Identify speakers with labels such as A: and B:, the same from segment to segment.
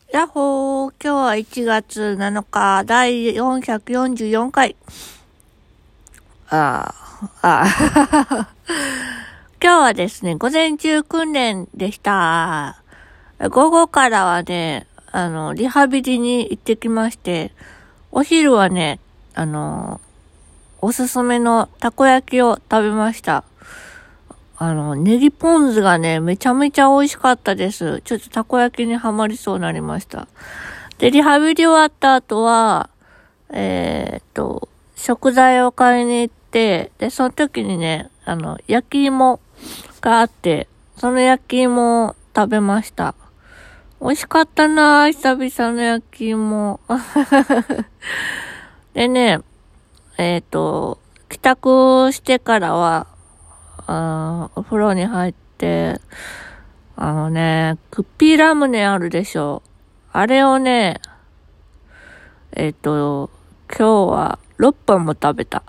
A: やっほー、今日は1月7日、第444回。今日はですね、午前中訓練でした。午後からはね、リハビリに行ってきまして、お昼はね、おすすめのたこ焼きを食べました。ネギポン酢がね、めちゃめちゃ美味しかったです。ちょっとたこ焼きにはまりそうになりました。で、リハビリ終わった後は、食材を買いに行って、で、その時にね、焼き芋があって、その焼き芋を食べました。美味しかったなぁ、久々の焼き芋。でね、帰宅してからは、お風呂に入って、クッピーラムネあるでしょ。あれをね、今日は6本も食べた。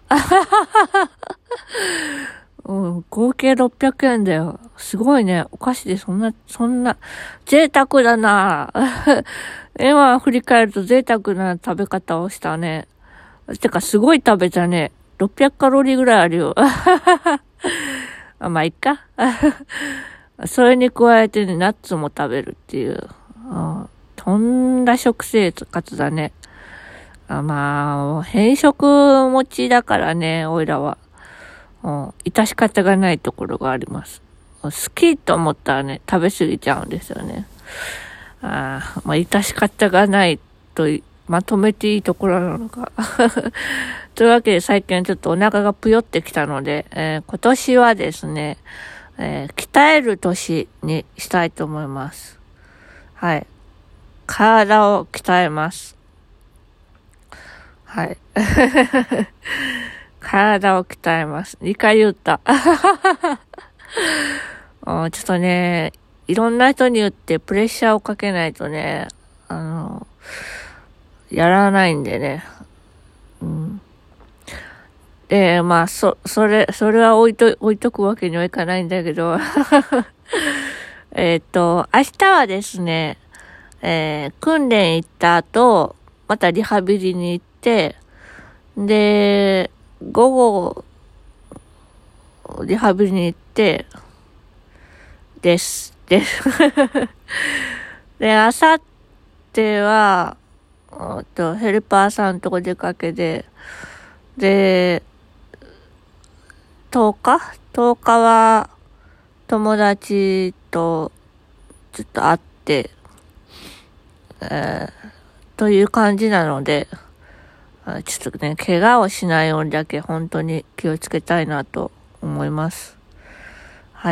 A: 合計600円だよ。すごいね。お菓子でそんな、贅沢だな。今振り返ると贅沢な食べ方をしたね。てか、すごい食べたね。600カロリーぐらいあるよ。まあ、いっか。それに加えてね、ナッツも食べるっていう。とんだ食生活だね。まあ、変色持ちだからね、おいらは。致し方がないところがあります。好きと思ったらね、食べ過ぎちゃうんですよね。致し方がないとまとめていいところなのか。というわけで最近ちょっとお腹がぷよってきたので、今年はですね、鍛える年にしたいと思います。はい。体を鍛えます。はい。体を鍛えます。2回言った。ちょっとね、いろんな人に言ってプレッシャーをかけないとね、やらないんでね。で、まあ、それは置いとくわけにはいかないんだけど。明日はですね、訓練行った後、またリハビリに行って、で、午後、リハビリに行って、です。で、あさっては、ヘルパーさんとこ出かけで、で、10日は友達とちょっと会って、という感じなので、ちょっとね、怪我をしないようにだけ本当に気をつけたいなと思います。はい。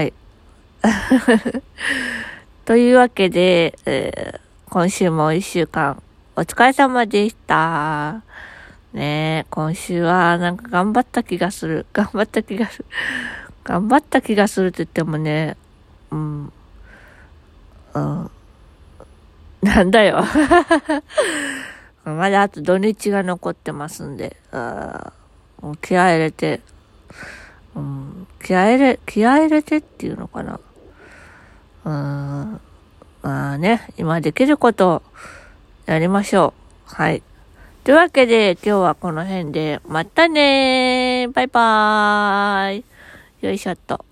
A: というわけで、今週も1週間お疲れ様でした。ねえ、今週はなんか頑張った気がする。頑張った気がするって言ってもね、なんだよ。まだあと土日が残ってますんで、もう気合入れて、気合入れてっていうのかな。まあね、今できることをやりましょう。はい。というわけで、今日はこの辺で、またねー。バイバーイ。よいしょっと。